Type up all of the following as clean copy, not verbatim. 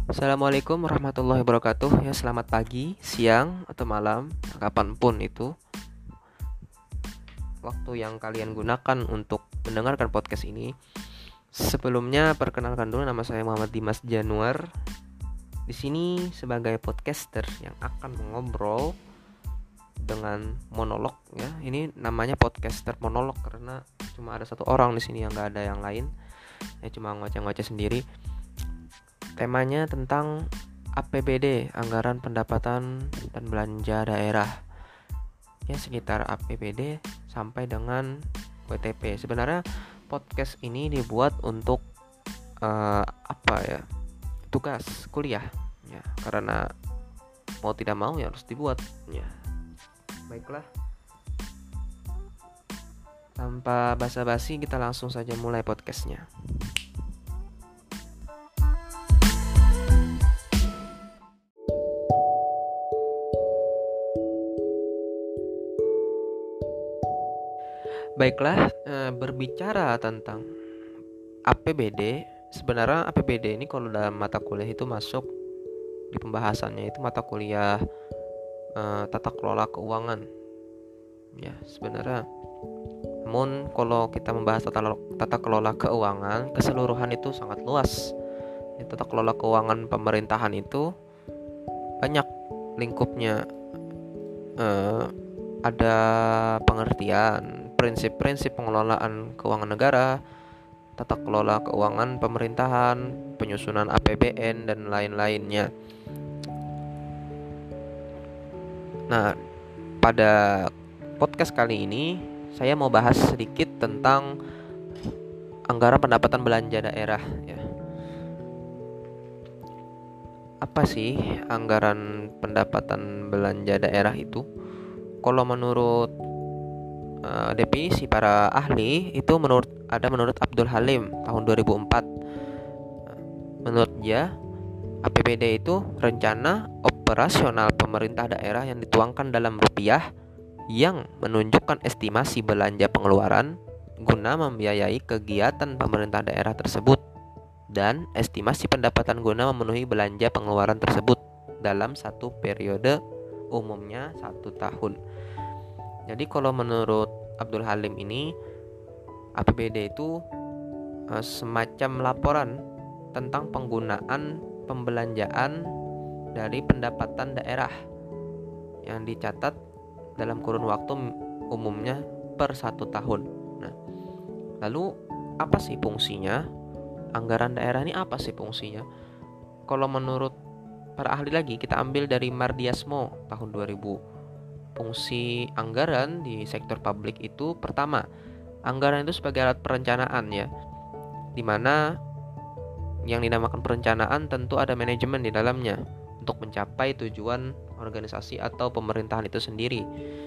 Assalamualaikum warahmatullahi wabarakatuh. Ya, selamat pagi, siang, atau malam, kapanpun itu waktu yang kalian gunakan untuk mendengarkan podcast ini. Sebelumnya, perkenalkan dulu, nama saya Muhammad Dimas Januar. Di sini sebagai podcaster yang akan mengobrol dengan monolog, ya. Ini namanya podcaster monolog karena cuma ada satu orang di sini, yang nggak ada yang lain. Ya, cuma ngoceh-ngoceh sendiri. Temanya tentang APBD, Anggaran Pendapatan dan Belanja Daerah. Ya, sekitar APBD sampai dengan WTP. Sebenarnya podcast ini dibuat untuk tugas kuliah. Ya, karena mau tidak mau ya harus dibuat. Ya, baiklah. Tanpa basa-basi, kita langsung saja mulai podcastnya. Baiklah, berbicara tentang APBD, sebenarnya APBD ini kalau dalam mata kuliah itu masuk di pembahasannya itu mata kuliah tata kelola keuangan. Ya, sebenarnya. Namun kalau kita membahas tata kelola keuangan, keseluruhan itu sangat luas. Ya, tata kelola keuangan pemerintahan itu banyak lingkupnya. Ada pengertian, prinsip-prinsip pengelolaan keuangan negara, tata kelola keuangan pemerintahan, penyusunan APBN, dan lain-lainnya. Nah, pada podcast kali ini saya mau bahas sedikit tentang anggaran pendapatan belanja daerah, ya. Apa sih anggaran pendapatan belanja daerah itu? Kalau menurut definisi para ahli itu menurut Abdul Halim tahun 2004. Menurut dia, APBD itu rencana operasional pemerintah daerah yang dituangkan dalam rupiah yang menunjukkan estimasi belanja pengeluaran guna membiayai kegiatan pemerintah daerah tersebut dan estimasi pendapatan guna memenuhi belanja pengeluaran tersebut dalam satu periode, umumnya 1 tahun. Jadi kalau menurut Abdul Halim ini, APBD itu semacam laporan tentang penggunaan pembelanjaan dari pendapatan daerah yang dicatat dalam kurun waktu umumnya per 1 tahun. Nah, lalu apa sih fungsinya? Anggaran daerah ini apa sih fungsinya? Kalau menurut para ahli lagi, kita ambil dari Mardiasmo tahun 2000. Fungsi anggaran di sektor publik itu, pertama, anggaran itu sebagai alat perencanaan, ya, dimana yang dinamakan perencanaan tentu ada manajemen di dalamnya untuk mencapai tujuan organisasi atau pemerintahan itu sendiri,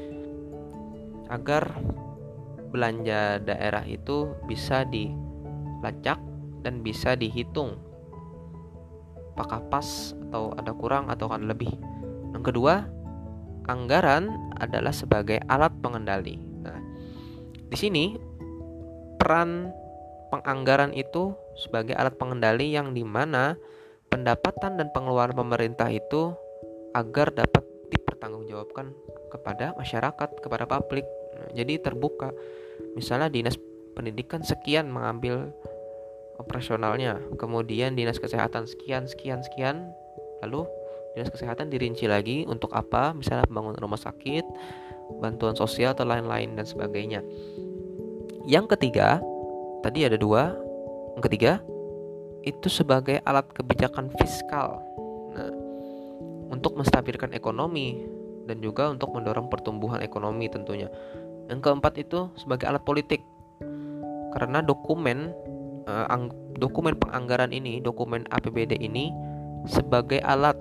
agar belanja daerah itu bisa dilacak dan bisa dihitung apakah pas atau ada kurang atau akan lebih. Yang kedua, anggaran adalah sebagai alat pengendali. Nah, di sini peran penganggaran itu sebagai alat pengendali yang dimana pendapatan dan pengeluaran pemerintah itu agar dapat dipertanggungjawabkan kepada masyarakat, kepada publik. Nah, jadi terbuka. Misalnya dinas pendidikan sekian mengambil operasionalnya, kemudian dinas kesehatan sekian, lalu dinas kesehatan dirinci lagi untuk apa, misalnya pembangunan rumah sakit, bantuan sosial atau lain-lain dan sebagainya. Yang ketiga, tadi ada dua. Yang ketiga, itu sebagai alat kebijakan fiskal. Nah, untuk menstabilkan ekonomi dan juga untuk mendorong pertumbuhan ekonomi tentunya. Yang keempat itu sebagai alat politik. Karena dokumen penganggaran ini, dokumen APBD ini sebagai alat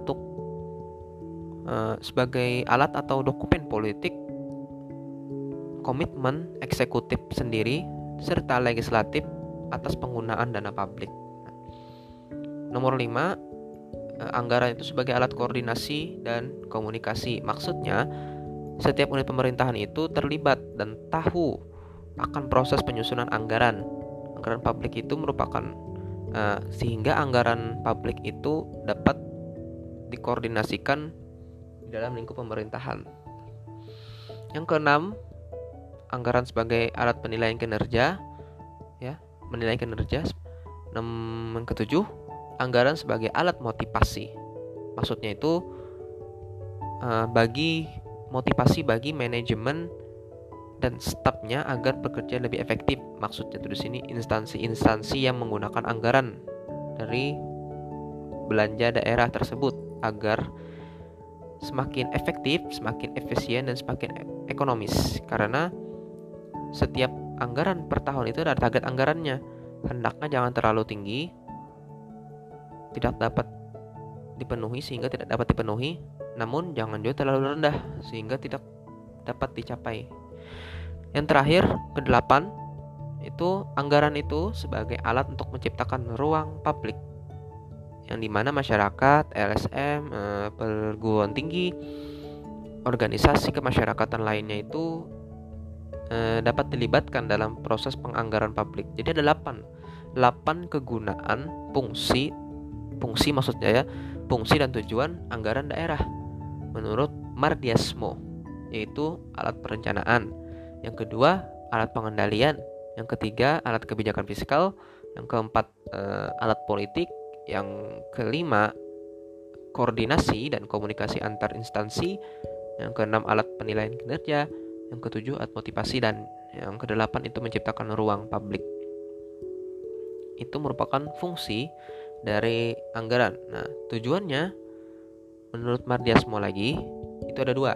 atau dokumen politik, komitmen eksekutif sendiri serta legislatif atas penggunaan dana publik. Nomor 5, anggaran itu sebagai alat koordinasi dan komunikasi. Maksudnya, setiap unit pemerintahan itu terlibat dan tahu akan proses penyusunan anggaran. Anggaran publik itu merupakan sehingga anggaran publik itu dapat dikoordinasikan di dalam lingkup pemerintahan. Yang keenam, anggaran sebagai alat penilaian kinerja, ya, menilai kinerja. Yang ketujuh, anggaran sebagai alat motivasi. Maksudnya itu bagi motivasi bagi manajemen dan stafnya agar bekerja lebih efektif. Maksudnya itu di sini instansi-instansi yang menggunakan anggaran dari belanja daerah tersebut agar semakin efektif, semakin efisien, dan semakin ekonomis. Karena setiap anggaran per tahun itu ada target anggarannya. Hendaknya jangan terlalu tinggi, tidak dapat dipenuhi sehingga tidak dapat dipenuhi, namun jangan juga terlalu rendah sehingga tidak dapat dicapai. Yang terakhir, ke-8, itu anggaran itu sebagai alat untuk menciptakan ruang publik yang dimana masyarakat, LSM, perguruan tinggi, organisasi kemasyarakatan lainnya itu dapat dilibatkan dalam proses penganggaran publik. Jadi ada 8 kegunaan, fungsi maksudnya ya, fungsi dan tujuan anggaran daerah menurut Mardiasmo, yaitu alat perencanaan. Yang kedua, alat pengendalian. Yang ketiga, alat kebijakan fiskal. Yang keempat, alat politik. Yang kelima, koordinasi dan komunikasi antar instansi. Yang keenam, alat penilaian kinerja. Yang ketujuh, alat motivasi. Dan yang kedelapan itu menciptakan ruang publik. Itu merupakan fungsi dari anggaran. Nah, tujuannya menurut Mardiasmo lagi itu ada 2.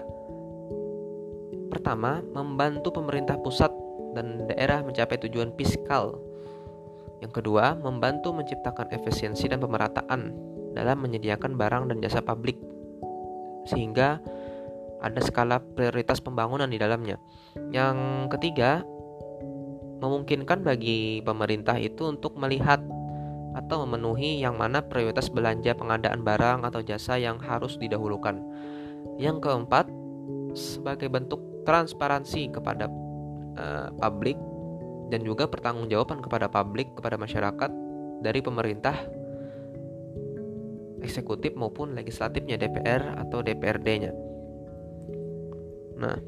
Pertama, membantu pemerintah pusat dan daerah mencapai tujuan fiskal. Yang kedua, membantu menciptakan efisiensi dan pemerataan dalam menyediakan barang dan jasa publik sehingga ada skala prioritas pembangunan di dalamnya. Yang ketiga, memungkinkan bagi pemerintah itu untuk melihat atau memenuhi yang mana prioritas belanja pengadaan barang atau jasa yang harus didahulukan. Yang keempat, sebagai bentuk transparansi kepada publik dan juga pertanggungjawaban kepada publik, kepada masyarakat dari pemerintah eksekutif maupun legislatifnya, DPR atau DPRD-nya. Nah,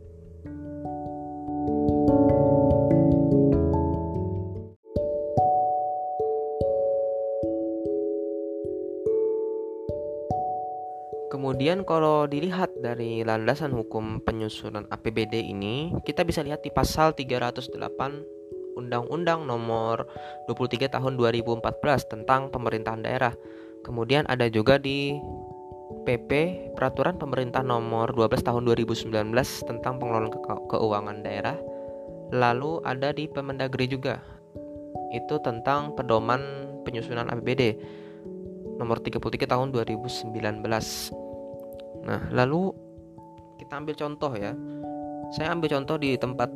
kemudian kalau dilihat dari landasan hukum penyusunan APBD ini, kita bisa lihat di pasal 308 Undang-Undang Nomor 23 Tahun 2014 tentang pemerintahan daerah. Kemudian ada juga di PP Peraturan Pemerintah Nomor 12 Tahun 2019 tentang pengelolaan keuangan daerah. Lalu ada di Permendagri juga, itu tentang pedoman penyusunan APBD Nomor 33 Tahun 2019. Nah, lalu kita ambil contoh ya. Saya ambil contoh di tempat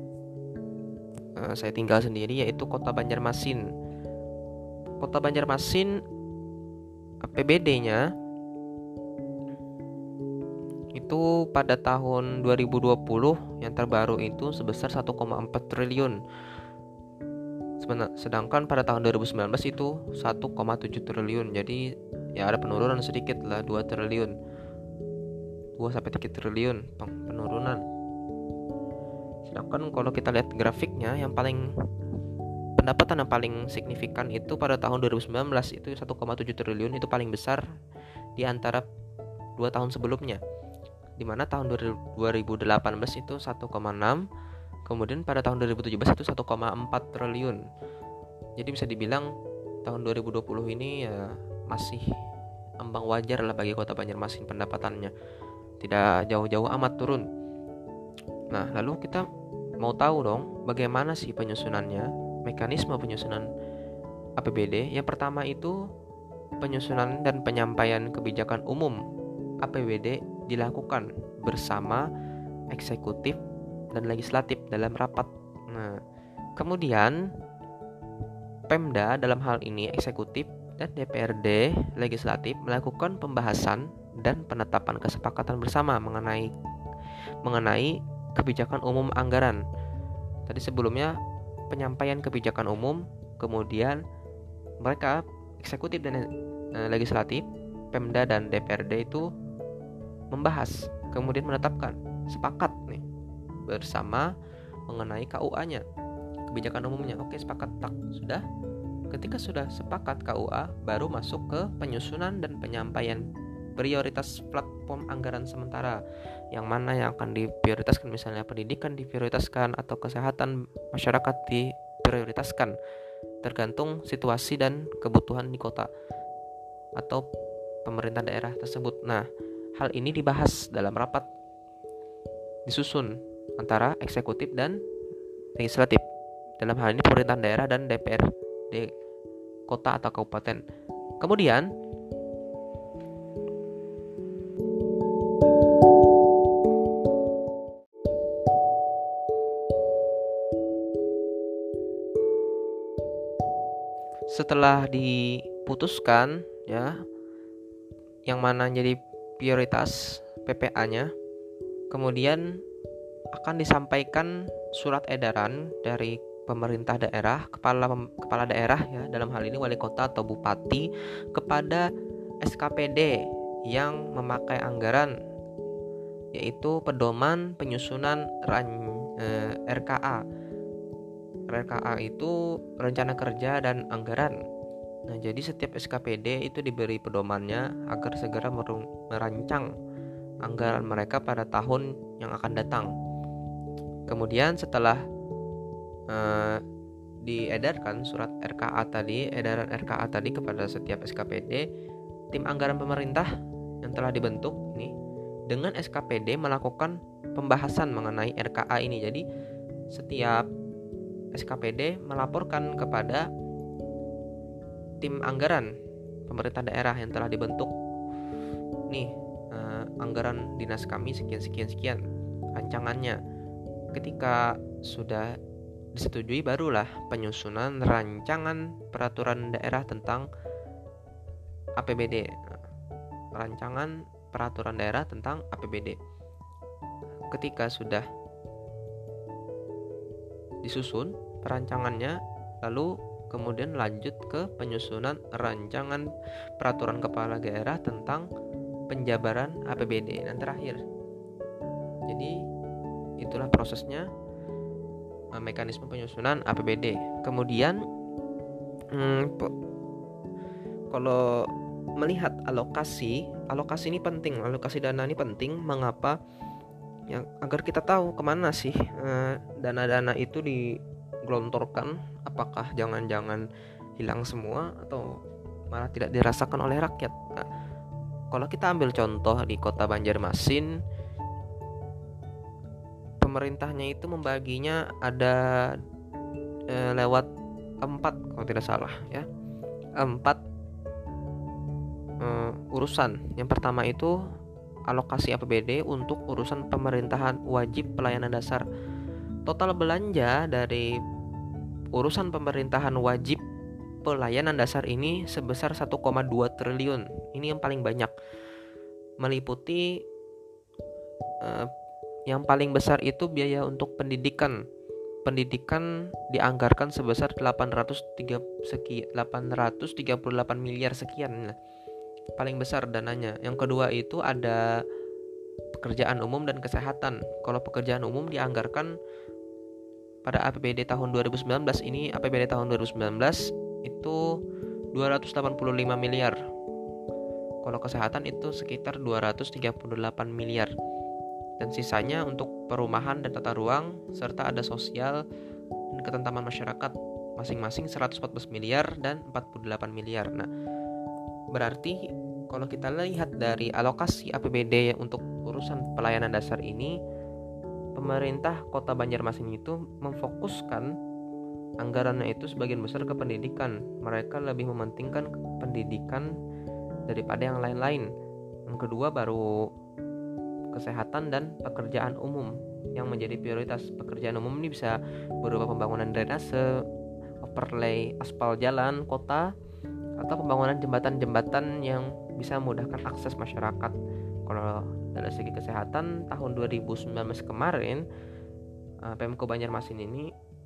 saya tinggal sendiri, yaitu Kota Banjarmasin. Kota Banjarmasin APBD-nya itu pada tahun 2020 yang terbaru itu sebesar 1,4 triliun. Sedangkan pada tahun 2019 itu 1,7 triliun. Jadi ya ada penurunan sedikit lah, 2 triliun. 2-3 triliun penurunan. Sedangkan kalau kita lihat grafiknya, yang paling pendapatan yang paling signifikan itu pada tahun 2019 itu 1,7 triliun, itu paling besar di antara 2 tahun sebelumnya. Di mana tahun 2018 itu 1,6, kemudian pada tahun 2017 itu 1,4 triliun. Jadi bisa dibilang tahun 2020 ini ya masih ambang wajar lah bagi Kota Banjarmasin pendapatannya. Tidak jauh-jauh amat turun. Nah, lalu kita mau tahu dong bagaimana sih penyusunannya, mekanisme penyusunan APBD. Yang pertama itu penyusunan dan penyampaian kebijakan umum APBD dilakukan bersama eksekutif dan legislatif dalam rapat. Nah, kemudian Pemda dalam hal ini eksekutif dan DPRD legislatif melakukan pembahasan dan penetapan kesepakatan bersama mengenai kebijakan umum anggaran. Tadi sebelumnya penyampaian kebijakan umum, kemudian mereka eksekutif dan legislatif, Pemda dan DPRD itu membahas, kemudian menetapkan, sepakat nih bersama mengenai KUA-nya, kebijakan umumnya. Oke, sepakat, tak, sudah. Ketika sudah sepakat KUA, baru masuk ke penyusunan dan penyampaian prioritas platform anggaran sementara, yang mana yang akan diprioritaskan, misalnya pendidikan diprioritaskan atau kesehatan masyarakat diprioritaskan, tergantung situasi dan kebutuhan di kota atau pemerintah daerah tersebut. Nah, hal ini dibahas dalam rapat, disusun antara eksekutif dan legislatif. Dalam hal ini pemerintahan daerah dan DPRD kota atau kabupaten. Kemudian setelah diputuskan ya yang mana jadi prioritas PPA-nya, kemudian akan disampaikan surat edaran dari pemerintah daerah, kepala daerah ya, dalam hal ini wali kota atau bupati, kepada SKPD yang memakai anggaran, yaitu pedoman penyusunan RKA. RKA itu rencana kerja dan anggaran. Nah, jadi setiap SKPD itu diberi pedomannya agar segera merancang anggaran mereka pada tahun yang akan datang. Kemudian setelah diedarkan surat RKA tadi, edaran RKA tadi kepada setiap SKPD, tim anggaran pemerintah yang telah dibentuk ini dengan SKPD melakukan pembahasan mengenai RKA ini. Jadi setiap SKPD melaporkan kepada tim anggaran pemerintah daerah yang telah dibentuk, nih anggaran dinas kami sekian rancangannya. Ketika sudah disetujui, barulah penyusunan rancangan peraturan daerah tentang APBD. Rancangan peraturan daerah tentang APBD. Ketika sudah disusun perancangannya, lalu kemudian lanjut ke penyusunan rancangan peraturan kepala daerah tentang penjabaran APBD dan terakhir. Jadi itulah prosesnya, mekanisme penyusunan APBD. Kemudian kalau melihat alokasi ini penting, alokasi dana ini penting. Mengapa? Yang agar kita tahu kemana sih dana-dana itu digelontorkan. Apakah jangan-jangan hilang semua atau malah tidak dirasakan oleh rakyat? Nah, kalau kita ambil contoh di kota Banjarmasin, pemerintahnya itu membaginya ada lewat 4 kalau tidak salah ya, 4 urusan. Yang pertama itu alokasi APBD untuk urusan pemerintahan wajib pelayanan dasar. Total belanja dari urusan pemerintahan wajib pelayanan dasar ini sebesar 1,2 triliun. Ini yang paling banyak, meliputi yang paling besar itu biaya untuk pendidikan. Pendidikan dianggarkan sebesar 838 miliar sekian. Paling besar dananya. Yang kedua itu ada pekerjaan umum dan kesehatan. Kalau pekerjaan umum dianggarkan pada APBD tahun 2019 ini, APBD tahun 2019 itu 285 miliar. Kalau kesehatan itu sekitar 238 miliar. Dan sisanya untuk perumahan dan tata ruang serta ada sosial dan ketentraman masyarakat, masing-masing 114 miliar dan 48 miliar. Nah, berarti kalau kita lihat dari alokasi APBD untuk urusan pelayanan dasar ini, pemerintah Kota Banjarmasin itu memfokuskan anggarannya itu sebagian besar ke pendidikan. Mereka lebih mementingkan pendidikan daripada yang lain-lain. Yang kedua baru kesehatan dan pekerjaan umum yang menjadi prioritas. Pekerjaan umum ini bisa berupa pembangunan drainase, overlay aspal jalan kota, atau pembangunan jembatan-jembatan yang bisa memudahkan akses masyarakat. Kalau dari segi kesehatan, tahun 2019 kemarin Pemko Banjarmasin ini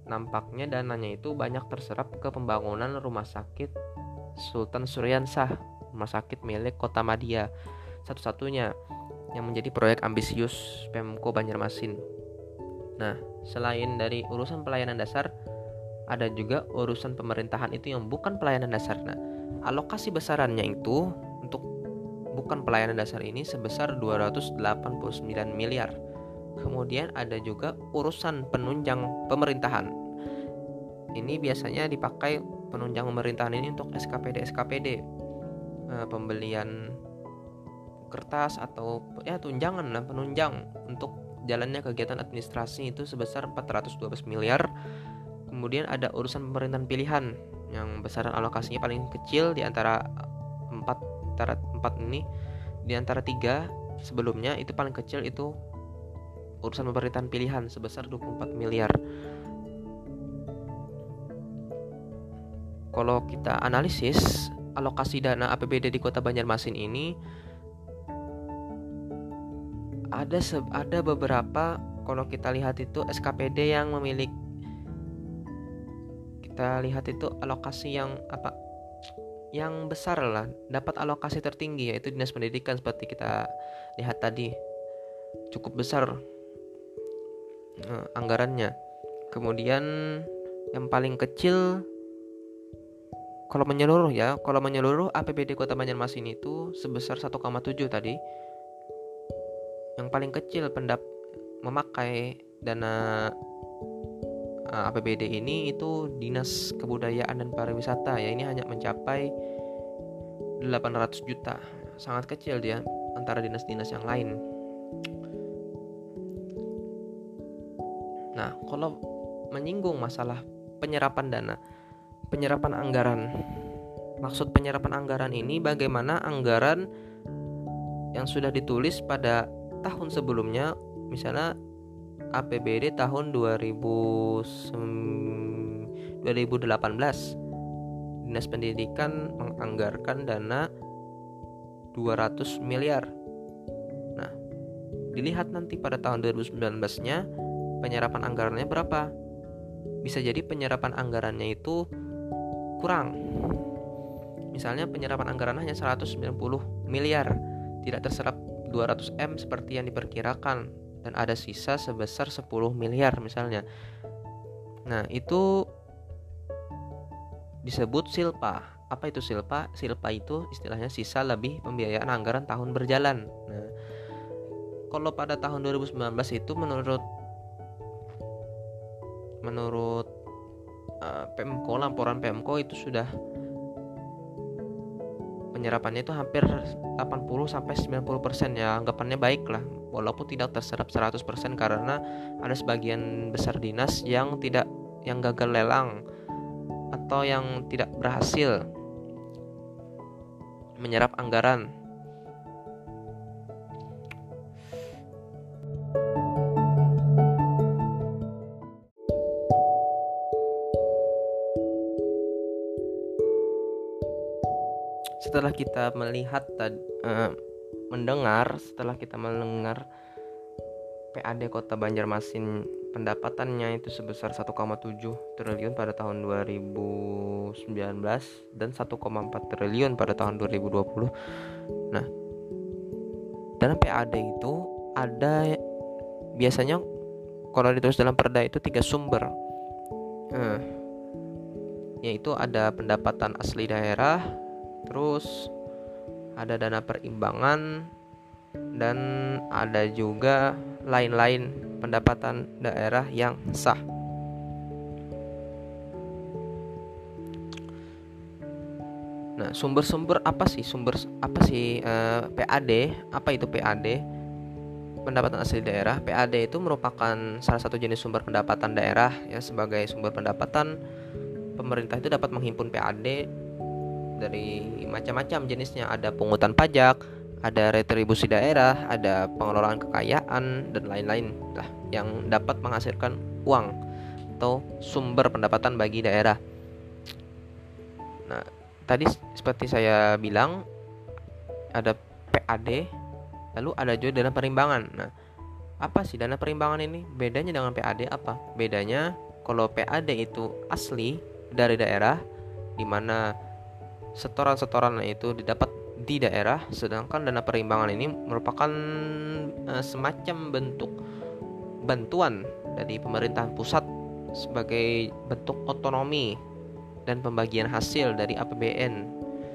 nampaknya dananya itu banyak terserap ke pembangunan rumah sakit Sultan Suryansah, rumah sakit milik Kota Madia, satu-satunya yang menjadi proyek ambisius Pemko Banjarmasin. Nah, selain dari urusan pelayanan dasar, ada juga urusan pemerintahan itu yang bukan pelayanan dasar. Nah, alokasi besarannya itu untuk bukan pelayanan dasar ini sebesar 289 miliar. Kemudian ada juga urusan penunjang pemerintahan. Ini biasanya dipakai penunjang pemerintahan ini untuk SKPD, pembelian kertas atau tunjangan lah, penunjang untuk jalannya kegiatan administrasi itu sebesar 412 miliar. Kemudian ada urusan pemerintahan pilihan yang besaran alokasinya paling kecil di antara empat ini, di antara 3 sebelumnya itu paling kecil itu urusan pemerintahan pilihan sebesar 24 miliar. Kalau kita analisis alokasi dana APBD di Kota Banjarmasin ini ada beberapa, kalau kita lihat itu SKPD yang memiliki, kita lihat itu alokasi yang besar lah, dapat alokasi tertinggi, yaitu Dinas Pendidikan seperti kita lihat tadi, cukup besar anggarannya. Kemudian yang paling kecil kalau menyeluruh APBD Kota Banjarmasin itu sebesar 1,7 tadi. Yang paling kecil memakai dana APBD ini itu Dinas Kebudayaan dan Pariwisata, ya, ini hanya mencapai 800 juta. Sangat kecil dia antara dinas-dinas yang lain. Nah, kalau menyinggung masalah penyerapan anggaran. Maksud penyerapan anggaran ini bagaimana anggaran yang sudah ditulis pada tahun sebelumnya, misalnya APBD tahun 2018, Dinas Pendidikan menganggarkan dana 200 miliar. Nah, dilihat nanti pada tahun 2019-nya penyerapan anggarannya berapa. Bisa jadi penyerapan anggarannya itu kurang. Misalnya penyerapan anggaran hanya 190 miliar, tidak terserap 200 M seperti yang diperkirakan, dan ada sisa sebesar 10 miliar misalnya. Nah, itu disebut silpa. Apa itu silpa? Silpa itu istilahnya sisa lebih pembiayaan anggaran tahun berjalan. Nah, kalau pada tahun 2019 itu menurut Pemko, laporan Pemko itu sudah penyerapannya itu hampir 80-90% ya, anggapannya baik lah, walaupun tidak terserap 100% karena ada sebagian besar dinas yang gagal lelang atau yang tidak berhasil menyerap anggaran. Setelah kita mendengar PAD Kota Banjarmasin, pendapatannya itu sebesar 1,7 triliun pada tahun 2019 dan 1,4 triliun pada tahun 2020. Nah, dalam PAD itu ada biasanya kalau ditulis dalam perda itu 3 sumber. Yaitu ada pendapatan asli daerah, terus ada dana perimbangan, dan ada juga lain-lain pendapatan daerah yang sah. Nah, sumber-sumber apa sih PAD? Apa itu PAD? Pendapatan asli daerah. PAD itu merupakan salah satu jenis sumber pendapatan daerah, ya. Sebagai sumber pendapatan, pemerintah itu dapat menghimpun PAD dari macam-macam jenisnya. Ada pungutan pajak, ada retribusi daerah, ada pengelolaan kekayaan, dan lain-lain lah yang dapat menghasilkan uang atau sumber pendapatan bagi daerah. Nah, tadi seperti saya bilang ada PAD, lalu ada juga dana perimbangan. Nah, apa sih dana perimbangan ini? Bedanya dengan PAD apa? Bedanya Kalau PAD itu asli dari daerah, di mana setoran-setoran itu didapat di daerah, sedangkan dana perimbangan ini merupakan semacam bentuk bantuan dari pemerintahan pusat sebagai bentuk otonomi dan pembagian hasil dari APBN.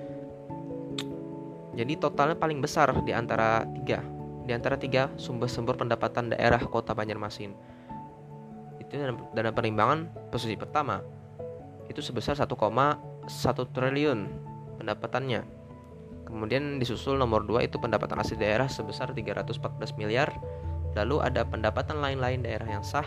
Jadi totalnya paling besar di antara tiga sumber-sumber pendapatan daerah Kota Banjarmasin. Itu dana perimbangan posisi pertama. Itu sebesar 1,1 triliun pendapatannya. Kemudian disusul nomor 2 itu pendapatan asli daerah sebesar 314 miliar. Lalu ada pendapatan lain-lain daerah yang sah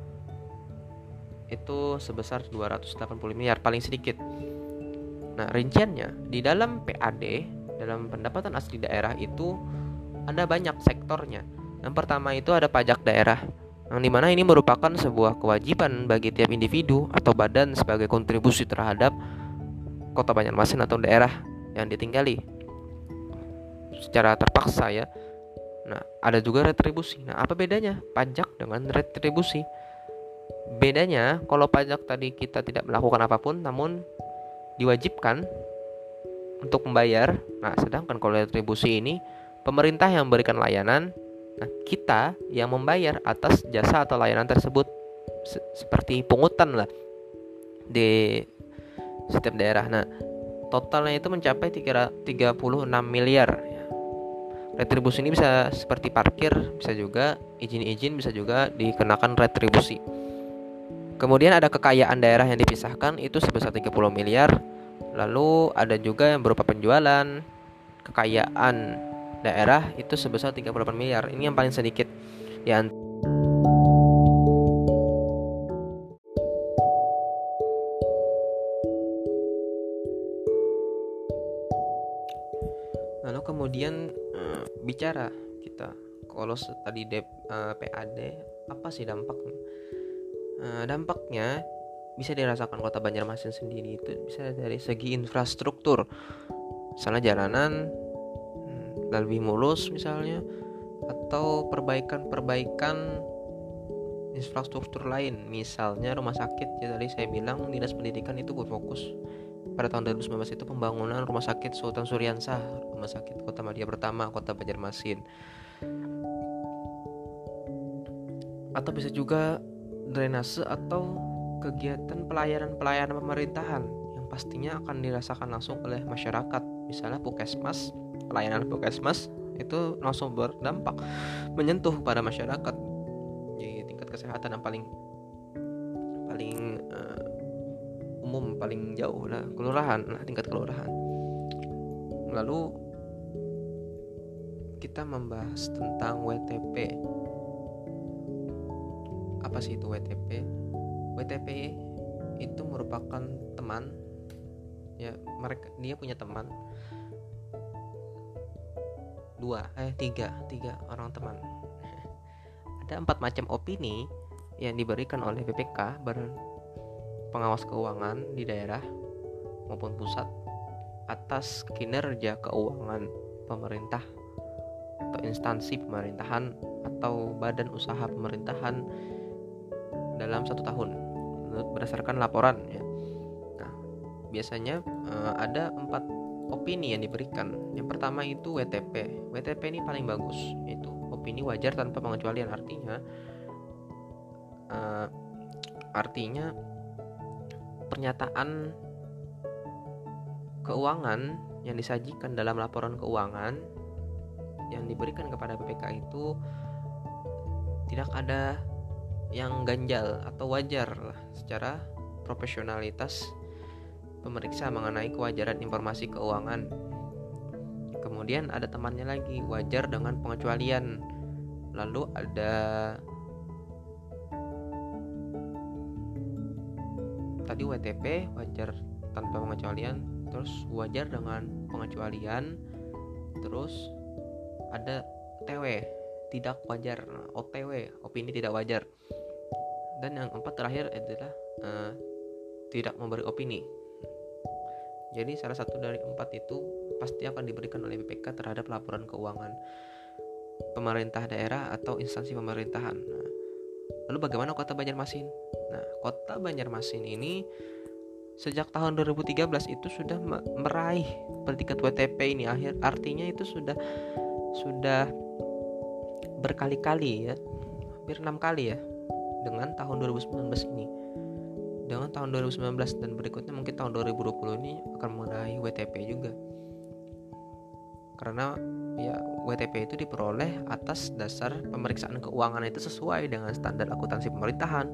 itu sebesar 280 miliar, paling sedikit. Nah, rinciannya di dalam PAD, dalam pendapatan asli daerah itu ada banyak sektornya. Yang pertama itu ada pajak daerah, yang dimana ini merupakan sebuah kewajiban bagi tiap individu atau badan sebagai kontribusi terhadap Kota Banjarmasin atau daerah yang ditinggali secara terpaksa ya. Nah, ada juga retribusi. Nah, apa bedanya pajak dengan retribusi? Bedanya, kalau pajak tadi kita tidak melakukan apapun namun diwajibkan untuk membayar. Nah, sedangkan kalau retribusi ini pemerintah yang memberikan layanan, nah kita yang membayar atas jasa atau layanan tersebut, seperti pungutan lah di setiap daerah. Nah, totalnya itu mencapai 36 miliar. Retribusi ini bisa seperti parkir, bisa juga izin-izin, bisa juga dikenakan retribusi. Kemudian ada kekayaan daerah yang dipisahkan itu sebesar 30 miliar. Lalu ada juga yang berupa penjualan. Kekayaan daerah itu sebesar 38 miliar. Ini yang paling sedikit. Lalu kemudian bicara kita kalau tadi PAD, apa sih dampaknya? Dampaknya bisa dirasakan Kota Banjarmasin sendiri itu bisa dari segi infrastruktur, misalnya jalanan lebih mulus misalnya, atau perbaikan infrastruktur lain, misalnya rumah sakit. Ya tadi saya bilang Dinas Pendidikan itu berfokus pada tahun 2019 itu pembangunan Rumah Sakit Sultan Suryansah, Rumah Sakit Kota Madya Pertama, Kota Banjarmasin. Atau bisa juga drainase atau kegiatan pelayanan pemerintahan yang pastinya akan dirasakan langsung oleh masyarakat. Misalnya puskesmas, pelayanan puskesmas itu langsung berdampak menyentuh pada masyarakat di tingkat kesehatan yang paling umum, paling jauh lah, tingkat kelurahan. Lalu kita membahas tentang WTP. Apa sih itu WTP? WTP itu merupakan teman, ya dia punya teman tiga orang teman. Ada 4 macam opini yang diberikan oleh BPK, Badan Pengawas Keuangan di daerah maupun pusat, atas kinerja keuangan pemerintah atau instansi pemerintahan atau badan usaha pemerintahan dalam 1 tahun berdasarkan laporan ya. Nah, biasanya ada 4 opini yang diberikan. Yang pertama itu WTP. WTP ini paling bagus, yaitu opini wajar tanpa pengecualian. Artinya pernyataan keuangan yang disajikan dalam laporan keuangan yang diberikan kepada BPK itu tidak ada yang ganjal atau wajar lah secara profesionalitas pemeriksa mengenai kewajaran informasi keuangan. Kemudian ada temannya lagi, wajar dengan pengecualian. Lalu ada tadi WTP, wajar tanpa pengecualian, terus wajar dengan pengecualian, terus ada TW, tidak wajar, OTW, opini tidak wajar. Dan yang 4 terakhir adalah tidak memberi opini. Jadi salah satu dari 4 itu pasti akan diberikan oleh BPK terhadap laporan keuangan pemerintah daerah atau instansi pemerintahan. Lalu bagaimana Kota Banjarmasin? Nah, Kota Banjarmasin ini sejak tahun 2013 itu sudah meraih predikat WTP ini. Artinya itu sudah berkali-kali ya, hampir 6 kali ya, dengan tahun 2019 ini. Dengan tahun 2019 dan berikutnya mungkin tahun 2020 ini akan meraih WTP juga. Karena ya WTP itu diperoleh atas dasar pemeriksaan keuangan itu sesuai dengan standar akuntansi pemerintahan.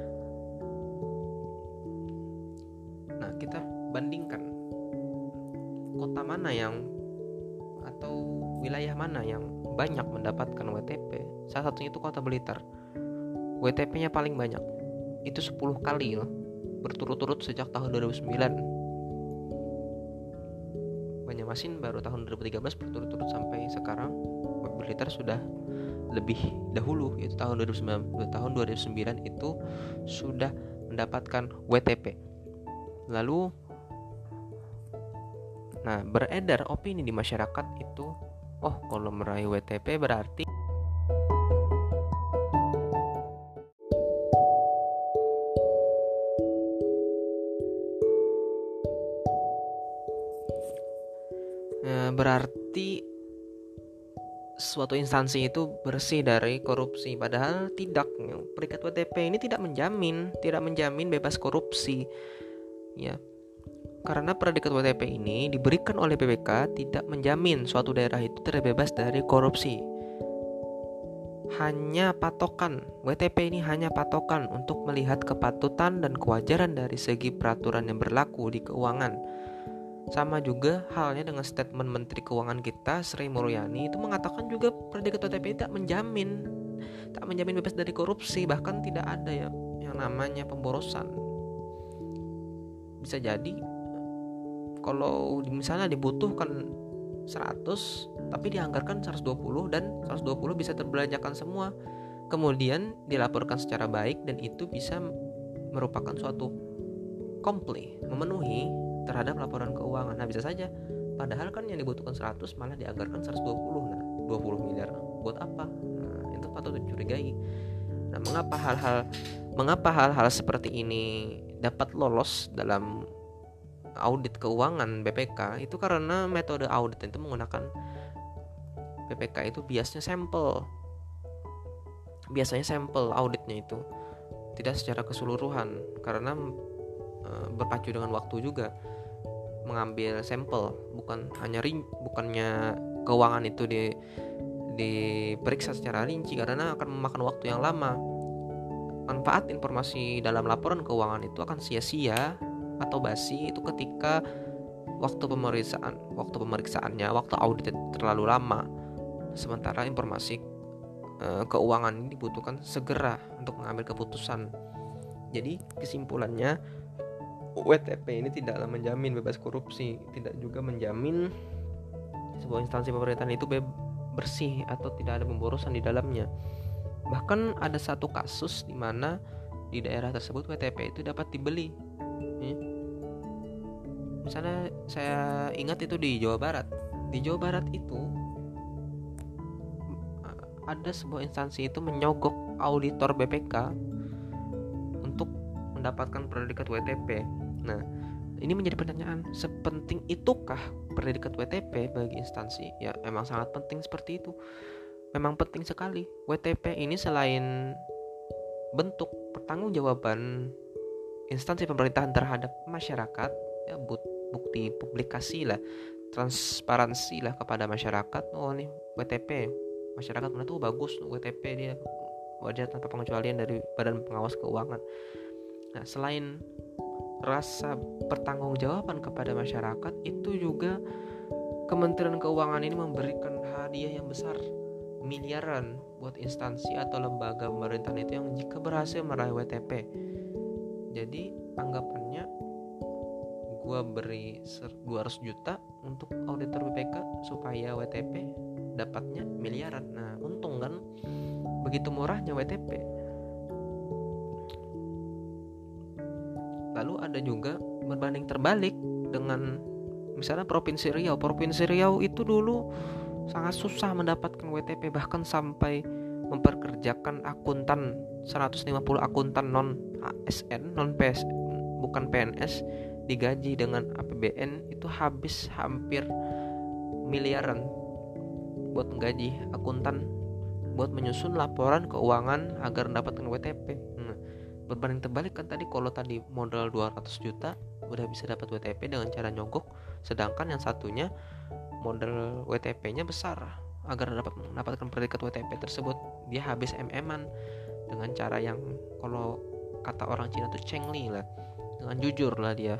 Nah, kita bandingkan kota mana yang atau wilayah mana yang banyak mendapatkan WTP. Salah satunya itu Kota Blitar. WTP-nya paling banyak. Itu 10 kali loh, berturut-turut sejak tahun 2009. Banjarmasin baru tahun 2013 berturut-turut sampai sekarang. Blitar sudah lebih dahulu, yaitu tahun 2009 itu sudah mendapatkan WTP. Lalu beredar opini di masyarakat itu, kalau meraih WTP berarti suatu instansi itu bersih dari korupsi. Padahal tidak. Predikat WTP ini tidak menjamin bebas korupsi. Ya. Karena predikat WTP ini diberikan oleh BPK tidak menjamin suatu daerah itu terbebas dari korupsi. Hanya patokan. WTP ini hanya patokan untuk melihat kepatutan dan kewajaran dari segi peraturan yang berlaku di keuangan. Sama juga halnya dengan statement Menteri Keuangan kita, Sri Mulyani, itu mengatakan juga predikat WTP tak menjamin bebas dari korupsi, bahkan tidak ada yang namanya pemborosan. Bisa jadi kalau misalnya dibutuhkan 100 tapi dianggarkan 120 dan 120 bisa terbelanjakan semua, kemudian dilaporkan secara baik dan itu bisa merupakan suatu memenuhi terhadap laporan keuangan. Nah, bisa saja padahal kan yang dibutuhkan 100 malah dianggarkan 120. Nah, 20 miliar buat apa? Nah, itu patut dicurigai. Nah, mengapa hal-hal seperti ini dapat lolos dalam audit keuangan BPK? Itu karena metode audit itu menggunakan BPK itu biasanya sampel auditnya itu tidak secara keseluruhan, karena berpacu dengan waktu juga mengambil sampel, bukannya keuangan itu diperiksa secara rinci karena akan memakan waktu yang lama. Manfaat informasi dalam laporan keuangan itu akan sia-sia atau basi itu ketika waktu pemeriksaannya, waktu audit terlalu lama. Sementara informasi keuangan ini dibutuhkan segera untuk mengambil keputusan. Jadi kesimpulannya, WTP ini tidaklah menjamin bebas korupsi, tidak juga menjamin sebuah instansi pemerintahan itu bersih atau tidak ada pemborosan di dalamnya. Bahkan ada satu kasus di mana di daerah tersebut WTP itu dapat dibeli. Misalnya saya ingat itu di Jawa Barat. Di Jawa Barat itu ada sebuah instansi itu menyogok auditor BPK untuk mendapatkan predikat WTP. Nah, ini menjadi pertanyaan, sepenting itukah predikat WTP bagi instansi? Ya, memang sangat penting seperti itu. Memang penting sekali. WTP ini selain bentuk pertanggungjawaban instansi pemerintahan terhadap masyarakat, ya bukti publikasi lah, transparansi lah kepada masyarakat. Oh, nih WTP, masyarakat mana tuh bagus, WTP dia wajar tanpa pengecualian dari Badan Pengawas Keuangan. Nah, selain rasa pertanggungjawaban kepada masyarakat, itu juga Kementerian Keuangan ini memberikan hadiah yang besar, miliaran buat instansi atau lembaga pemerintahan itu yang jika berhasil meraih WTP. Jadi anggapannya gua beri 200 juta untuk auditor BPK supaya WTP dapatnya miliaran. Nah, untung kan, begitu murahnya WTP. Lalu ada juga berbanding terbalik dengan misalnya Provinsi Riau. Provinsi Riau itu dulu sangat susah mendapatkan WTP, bahkan sampai memperkerjakan akuntan 150 akuntan non ASN non PS bukan PNS digaji dengan APBN itu habis hampir miliaran buat menggaji akuntan, buat menyusun laporan keuangan agar mendapatkan WTP. Berbanding terbalik kan kalau tadi modal 200 juta udah bisa dapat WTP dengan cara nyogok, sedangkan yang satunya modal WTP-nya besar. Agar dapat mendapatkan predikat WTP tersebut dia habis MM-an dengan cara yang kalau kata orang Cina tuh cengli lah, dengan jujur lah dia.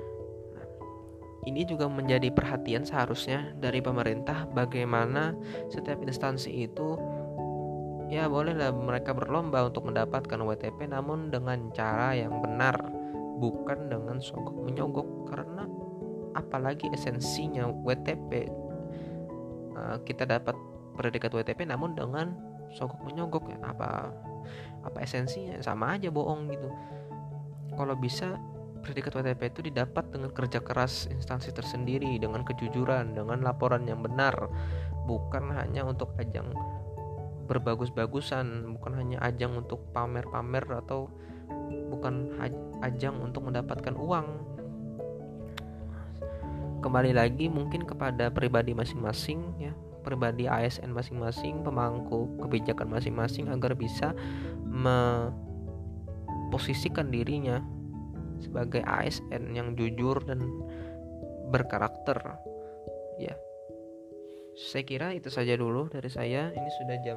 Ini juga menjadi perhatian seharusnya dari pemerintah, bagaimana setiap instansi itu ya bolehlah mereka berlomba untuk mendapatkan WTP, namun dengan cara yang benar, bukan dengan sogok menyogok. Karena apalagi esensinya WTP, kita dapat predikat WTP namun dengan sogok menyogok, ya apa esensinya? Sama aja bohong gitu. Kalau bisa predikat WTP itu didapat dengan kerja keras instansi tersendiri, dengan kejujuran, dengan laporan yang benar, bukan hanya untuk ajang berbagus-bagusan, bukan hanya ajang untuk pamer-pamer, atau bukan ajang untuk mendapatkan uang. Kembali lagi mungkin kepada pribadi masing-masing ya, pribadi ASN masing-masing, pemangku kebijakan masing-masing, agar bisa memposisikan dirinya sebagai ASN yang jujur dan berkarakter ya. Saya kira itu saja dulu dari saya. Ini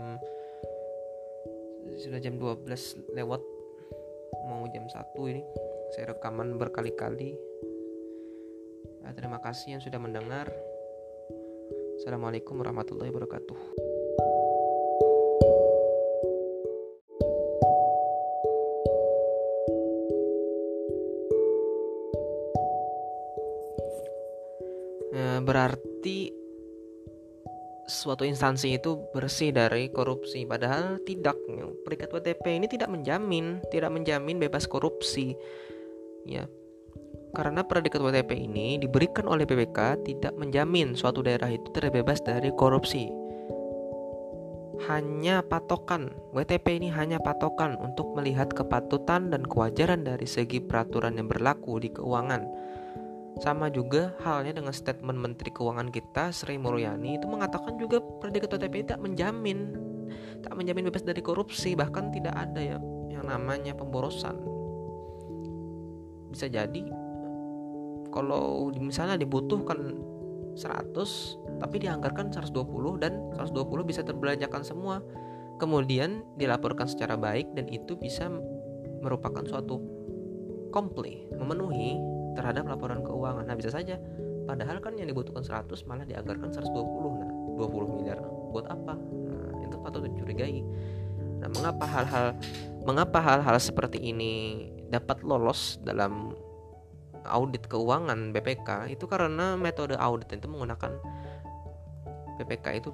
sudah jam 12 lewat, mau jam 1 ini. Saya rekaman berkali-kali. Terima kasih yang sudah mendengar. Assalamualaikum warahmatullahi wabarakatuh. Berarti suatu instansi itu bersih dari korupsi, padahal tidak. Predikat WTP ini tidak menjamin bebas korupsi ya, karena predikat WTP ini diberikan oleh BPK tidak menjamin suatu daerah itu terbebas dari korupsi. Hanya patokan, WTP ini hanya patokan untuk melihat kepatutan dan kewajaran dari segi peraturan yang berlaku di keuangan. Sama juga halnya dengan statement Menteri Keuangan kita, Sri Mulyani, itu mengatakan juga predikat WTP tak menjamin bebas dari korupsi, bahkan tidak ada ya yang namanya pemborosan. Bisa jadi kalau misalnya dibutuhkan 100 tapi dianggarkan 120, dan 120 bisa terbelanjakan semua, kemudian dilaporkan secara baik, dan itu bisa merupakan suatu komplit, memenuhi terhadap laporan keuangan. Nah, bisa saja padahal kan yang dibutuhkan 100 malah dianggarkan 120. Nah, 20 miliar buat apa? Nah, itu patut dicurigai. Nah, mengapa hal-hal seperti ini dapat lolos dalam audit keuangan BPK? Itu karena metode audit itu menggunakan BPK itu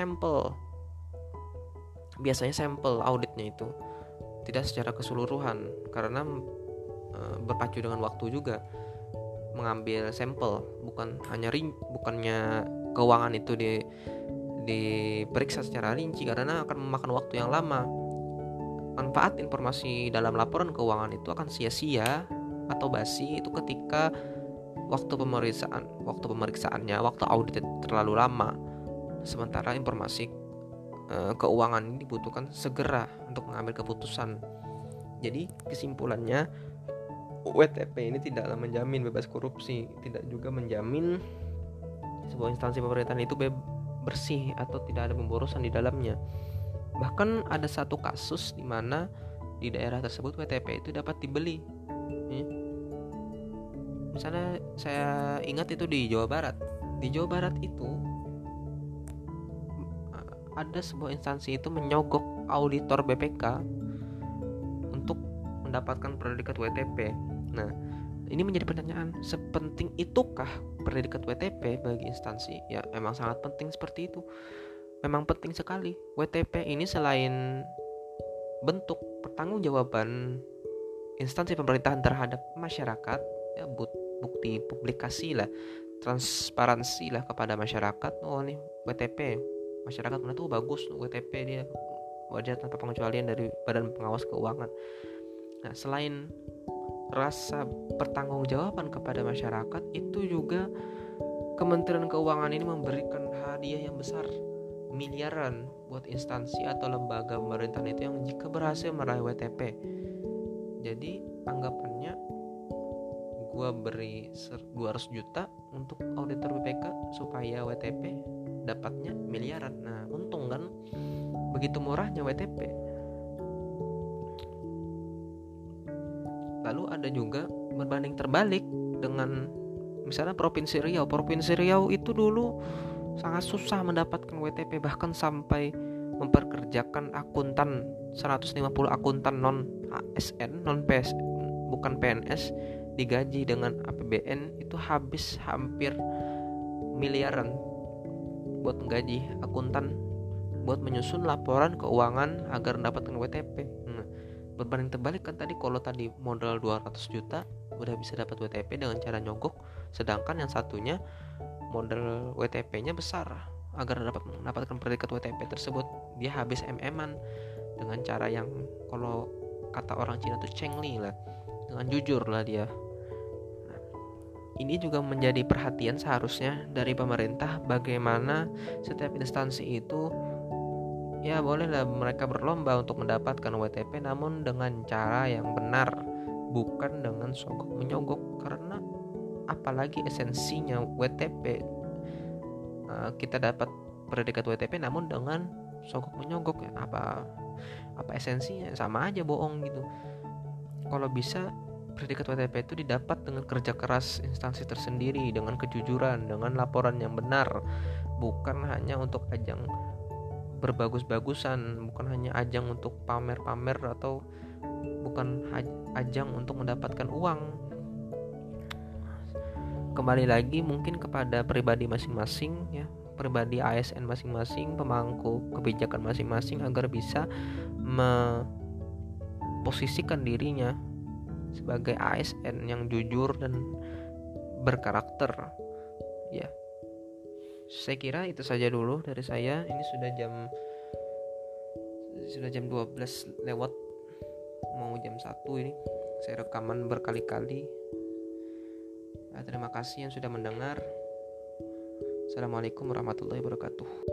biasanya sampel auditnya itu tidak secara keseluruhan, karena berpacu dengan waktu juga, mengambil sampel, bukannya keuangan itu diperiksa secara rinci, karena akan memakan waktu yang lama. Manfaat informasi dalam laporan keuangan itu akan sia-sia atau basi itu ketika waktu pemeriksaannya, waktu audit terlalu lama. Sementara informasi keuangan ini dibutuhkan segera untuk mengambil keputusan. Jadi kesimpulannya, WTP ini tidaklah menjamin bebas korupsi, tidak juga menjamin sebuah instansi pemerintahan itu bersih atau tidak ada pemborosan di dalamnya. Bahkan ada satu kasus di mana di daerah tersebut WTP itu dapat dibeli. Misalnya saya ingat itu di Jawa Barat. Di Jawa Barat itu ada sebuah instansi itu menyogok auditor BPK untuk mendapatkan predikat WTP. Nah, ini menjadi pertanyaan, sepenting itukah predikat WTP bagi instansi? Ya, memang sangat penting seperti itu. Memang penting sekali. WTP ini selain bentuk pertanggungjawaban instansi pemerintahan terhadap masyarakat, ya, bukti publikasi lah, transparansi lah kepada masyarakat. Oh, nih WTP, masyarakat mana tuh bagus WTP dia, wajar tanpa pengecualian dari Badan Pengawas Keuangan. Nah, selain rasa pertanggungjawaban kepada masyarakat, itu juga Kementerian Keuangan ini memberikan hadiah yang besar, miliaran buat instansi atau lembaga pemerintahan itu yang jika berhasil meraih WTP. Jadi anggapannya gua beri 200 juta untuk auditor BPK supaya WTP dapatnya miliaran. Nah, untung kan, begitu murahnya WTP. Lalu ada juga berbanding terbalik dengan misalnya Provinsi Riau. Provinsi Riau itu dulu sangat susah mendapatkan WTP, bahkan sampai memperkerjakan akuntan 150 akuntan non ASN, non PS, bukan PNS, digaji dengan APBN, itu habis hampir miliaran buat menggaji akuntan, buat menyusun laporan keuangan agar mendapatkan WTP. Berbanding terbalik kan tadi, kalau tadi modal 200 juta udah bisa dapat WTP dengan cara nyogok, sedangkan yang satunya modal WTP-nya besar. Agar dapat mendapatkan predikat WTP tersebut, dia habis MM-an dengan cara yang kalau kata orang Cina tuh cengli lah, dengan jujur lah dia. Ini juga menjadi perhatian seharusnya dari pemerintah, bagaimana setiap instansi itu ya bolehlah mereka berlomba untuk mendapatkan WTP, namun dengan cara yang benar, bukan dengan sogok menyogok. Karena apalagi esensinya WTP, kita dapat predikat WTP namun dengan sogok menyogok, ya apa esensinya? Sama aja bohong gitu. Kalau bisa predikat WTP itu didapat dengan kerja keras instansi tersendiri, dengan kejujuran, dengan laporan yang benar, bukan hanya untuk ajang berbagus-bagusan, bukan hanya ajang untuk pamer-pamer, atau bukan ajang untuk mendapatkan uang. Kembali lagi mungkin kepada pribadi masing-masing ya, pribadi ASN masing-masing, pemangku kebijakan masing-masing, agar bisa memposisikan dirinya sebagai ASN yang jujur dan berkarakter ya. Saya kira itu saja dulu dari saya. Ini sudah jam 12 lewat, mau jam 1 ini. Saya rekaman berkali-kali. Terima kasih yang sudah mendengar. Assalamualaikum warahmatullahi wabarakatuh.